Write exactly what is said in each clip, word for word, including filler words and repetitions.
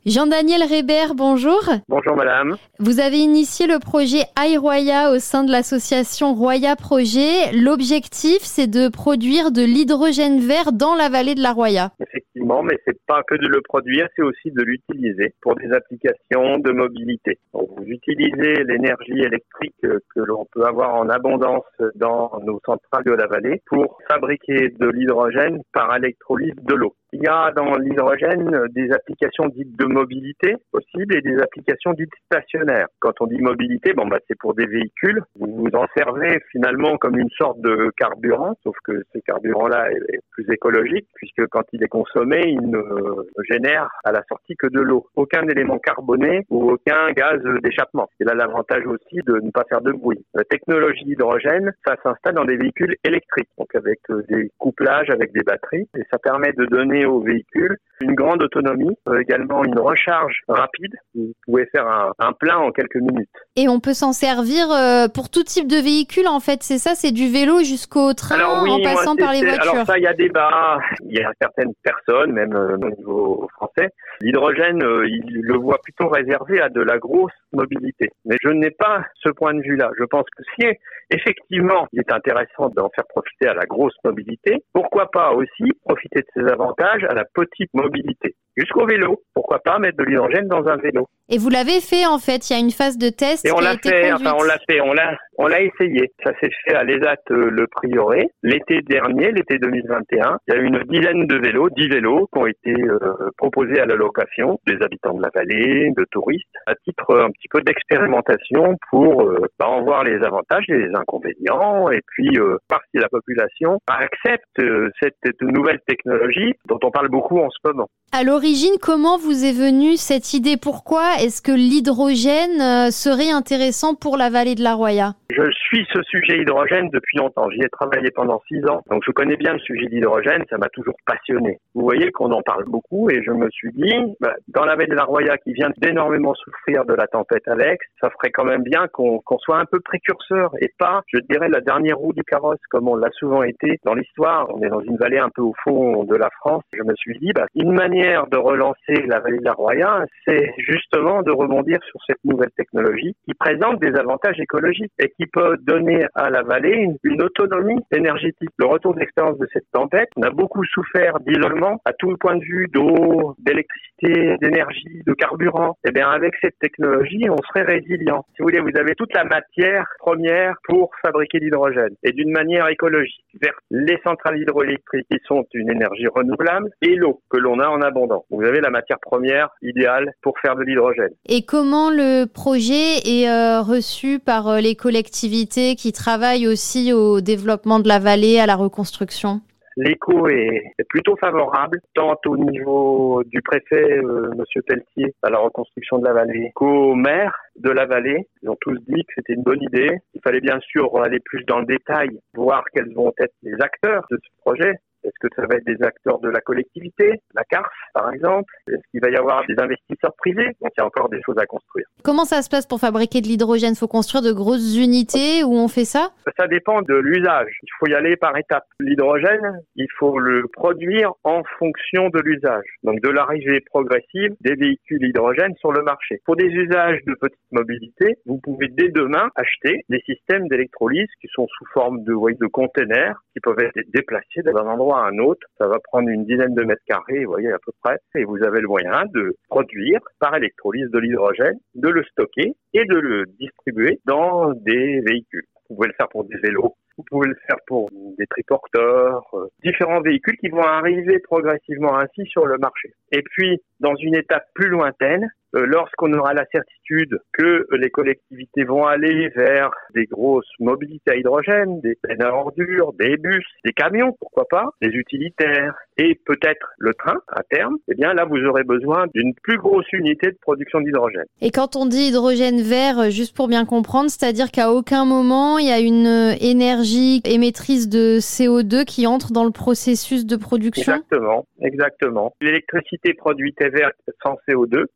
Jean-Daniel Reber, bonjour. Bonjour madame. Vous avez initié le projet iRoya au sein de l'association Roya Projet. L'objectif, c'est de produire de l'hydrogène vert dans la vallée de la Roya. Effectivement, mais c'est pas que de le produire, c'est aussi de l'utiliser pour des applications de mobilité. Donc, vous utilisez l'énergie électrique que l'on peut avoir en abondance dans nos centrales de la vallée pour fabriquer de l'hydrogène par électrolyse de l'eau. Il y a dans l'hydrogène des applications dites de mobilité possibles et des applications dites stationnaires. Quand on dit mobilité, bon bah c'est pour des véhicules. Vous vous en servez finalement comme une sorte de carburant, sauf que ce carburant-là est plus écologique puisque quand il est consommé, il ne génère à la sortie que de l'eau. Aucun élément carboné ou aucun gaz d'échappement. Il a l'avantage aussi de ne pas faire de bruit. La technologie hydrogène, ça s'installe dans des véhicules électriques, donc avec des couplages, avec des batteries, et ça permet de donner aux véhicules une grande autonomie, euh, également une recharge rapide. Vous pouvez faire un, un plein en quelques minutes. Et on peut s'en servir euh, pour tout type de véhicule, en fait, c'est ça, c'est du vélo jusqu'au train, alors, oui, en passant moi, par les voitures. Alors ça, il y a débat. Il y a certaines personnes, même euh, au niveau français, l'hydrogène, euh, ils le voient plutôt réservé à de la grosse mobilité. Mais je n'ai pas ce point de vue-là. Je pense que si effectivement il est intéressant d'en faire profiter à la grosse mobilité, pourquoi pas aussi profiter de ses avantages à la petite mobilité. Jusqu'au vélo. Pourquoi pas mettre de l'hydrogène dans un vélo? Et vous l'avez fait, en fait. Il y a une phase de test Et on qui a l'a été fait, conduite. enfin, on l'a fait, on l'a, on l'a essayé. Ça s'est fait à l'E S A T Le Prieuré. L'été dernier, l'été deux mille vingt et un, il y a eu une dizaine de vélos, dix vélos qui ont été euh, proposés à la location des habitants de la vallée, de touristes, à titre euh, un petit peu d'expérimentation pour euh, bah, en voir les avantages et les inconvénients et puis euh, voir si la population accepte euh, cette, cette nouvelle technologie dont on parle beaucoup en ce moment. À l'origine, comment vous est venue cette idée? Pourquoi est-ce que l'hydrogène euh, serait intéressant pour la vallée de la Roya? Je suis ce sujet hydrogène depuis longtemps. J'y ai travaillé pendant six ans. Donc je connais bien le sujet d'hydrogène. Ça m'a toujours passionné. Vous voyez qu'on en parle beaucoup et je me suis dit, bah, dans la vallée de la Roya qui vient d'énormément souffrir de la tempête Alex, ça ferait quand même bien qu'on, qu'on soit un peu précurseur et pas, je dirais, la dernière roue du carrosse comme on l'a souvent été dans l'histoire. On est dans une vallée un peu au fond de la France. Je me suis dit, bah, une manière de relancer la vallée de la Roya, c'est justement de rebondir sur cette nouvelle technologie qui présente des avantages écologiques et qui peut donner à la vallée une, une autonomie énergétique. Le retour d'expérience de cette tempête, on a beaucoup souffert d'isolement à tout le point de vue d'eau, d'électricité, d'énergie, de carburant. Et bien avec cette technologie, on serait résilient. Si vous voulez, vous avez toute la matière première pour fabriquer l'hydrogène et d'une manière écologique. Vers les centrales hydroélectriques qui sont une énergie renouvelable et l'eau que l'on a en abondance. Vous avez la matière première idéale pour faire de l'hydrogène. Et comment le projet est euh, reçu par euh, les collectivités qui travaillent aussi au développement de la vallée, à la reconstruction? L'écho est, est plutôt favorable, tant au niveau du préfet, euh, Monsieur Pelletier, à la reconstruction de la vallée, qu'au maire de la vallée. Ils ont tous dit que c'était une bonne idée. Il fallait bien sûr aller plus dans le détail, voir quels vont être les acteurs de ce projet. Est-ce que ça va être des acteurs de la collectivité, la C A R F par exemple? Est-ce qu'il va y avoir des investisseurs privés? Donc il y a encore des choses à construire. Comment ça se passe pour fabriquer de l'hydrogène? Il faut construire de grosses unités où on fait ça? Ça dépend de l'usage. Il faut y aller par étapes. L'hydrogène, il faut le produire en fonction de l'usage. Donc de l'arrivée progressive des véhicules hydrogène sur le marché. Pour des usages de petite mobilité, vous pouvez dès demain acheter des systèmes d'électrolyse qui sont sous forme de, vous voyez, de containers qui peuvent être déplacés d'un endroit à un autre. Ça va prendre une dizaine de mètres carrés, vous voyez, à peu près. Et vous avez le moyen de produire par électrolyse de l'hydrogène, de le stocker et de le distribuer dans des véhicules. Vous pouvez le faire pour des vélos, vous pouvez le faire pour des triporteurs, euh, différents véhicules qui vont arriver progressivement ainsi sur le marché. Et puis, dans une étape plus lointaine, euh, lorsqu'on aura la certitude que les collectivités vont aller vers des grosses mobilités à hydrogène, des peines à ordures, des bus, des camions, pourquoi pas, des utilitaires, et peut-être le train à terme, eh bien là, vous aurez besoin d'une plus grosse unité de production d'hydrogène. Et quand on dit hydrogène vert, juste pour bien comprendre, c'est-à-dire qu'à aucun moment, il y a une énergie émettrice de C O deux qui entre dans le processus de production? Exactement, exactement. L'électricité produite est verte sans C O deux, l'électricité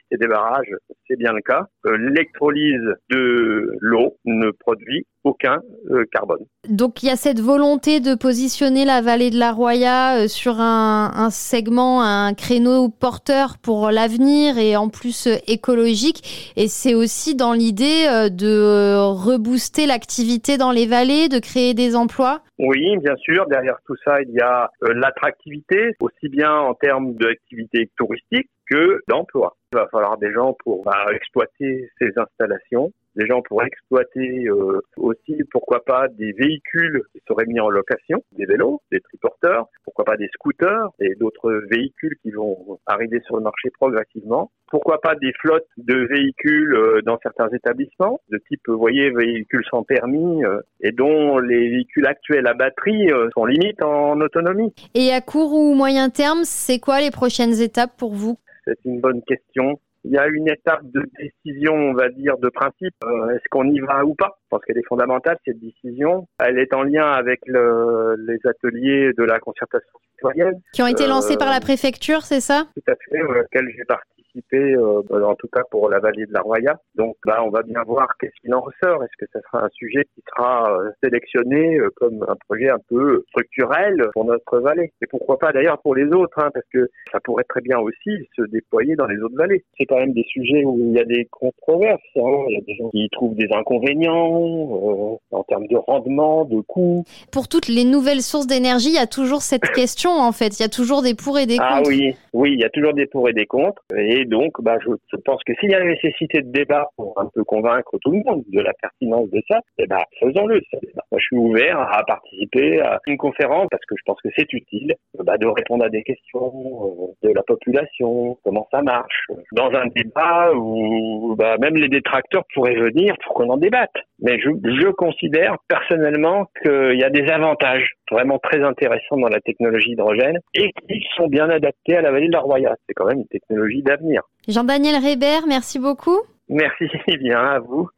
capacité des barrages, c'est bien le cas. Euh, l'électrolyse de l'eau ne produit aucun euh, carbone. Donc il y a cette volonté de positionner la vallée de la Roya euh, sur un, un segment, un créneau porteur pour l'avenir et en plus euh, écologique. Et c'est aussi dans l'idée euh, de euh, rebooster l'activité dans les vallées, de créer des emplois. Oui, bien sûr. Derrière tout ça, il y a euh, l'attractivité, aussi bien en termes d'activité touristique que d'emploi. Il va falloir des gens pour bah, exploiter ces installations. Des gens pour exploiter euh, aussi, pourquoi pas, des véhicules qui seraient mis en location, des vélos, des triporteurs, pourquoi pas des scooters et d'autres véhicules qui vont arriver sur le marché progressivement. Pourquoi pas des flottes de véhicules euh, dans certains établissements, de type, vous voyez, véhicules sans permis euh, et dont les véhicules actuels à batterie euh, sont limite en autonomie. Et à court ou moyen terme, c'est quoi les prochaines étapes pour vous ? C'est une bonne question. Il y a une étape de décision, on va dire, de principe. Euh, est-ce qu'on y va ou pas ? Je pense qu'elle est fondamentale, cette décision. Elle est en lien avec le, les ateliers de la concertation citoyenne. Qui ont été lancés euh, par la préfecture, c'est ça ? Tout à fait, auquel j'ai participé, euh, en tout cas pour la vallée de la Roya. Donc là, on va bien voir qu'est-ce qu'il en ressort. Est-ce que ça sera un sujet qui sera euh, sélectionné euh, comme un projet un peu structurel pour notre vallée ? Et pourquoi pas d'ailleurs pour les autres, hein, parce que ça pourrait très bien aussi se déployer dans les autres vallées. C'est quand même des sujets où il y a des controverses. Hein. Il y a des gens qui trouvent des inconvénients euh, en termes de rendement, de coûts. Pour toutes les nouvelles sources d'énergie, il y a toujours cette question en fait. Il y a toujours des pour et des contre. Ah oui, oui, il y a toujours des pour et des contre. Et donc, bah, je, je pense que s'il y a la nécessité de débat pour un peu convaincre tout le monde de la pertinence de ça, eh ben, faisons-le. Moi, je suis ouvert à participer à une conférence parce que je pense que c'est utile bah, de répondre à des questions euh, de la population, comment ça marche. Dans un débat où bah, même les détracteurs pourraient venir pour qu'on en débatte. Mais je, je considère personnellement qu'il y a des avantages vraiment très intéressants dans la technologie hydrogène et qui sont bien adaptés à la vallée de la Roya. C'est quand même une technologie d'avenir. Jean-Daniel Reybert, merci beaucoup. Merci bien à vous.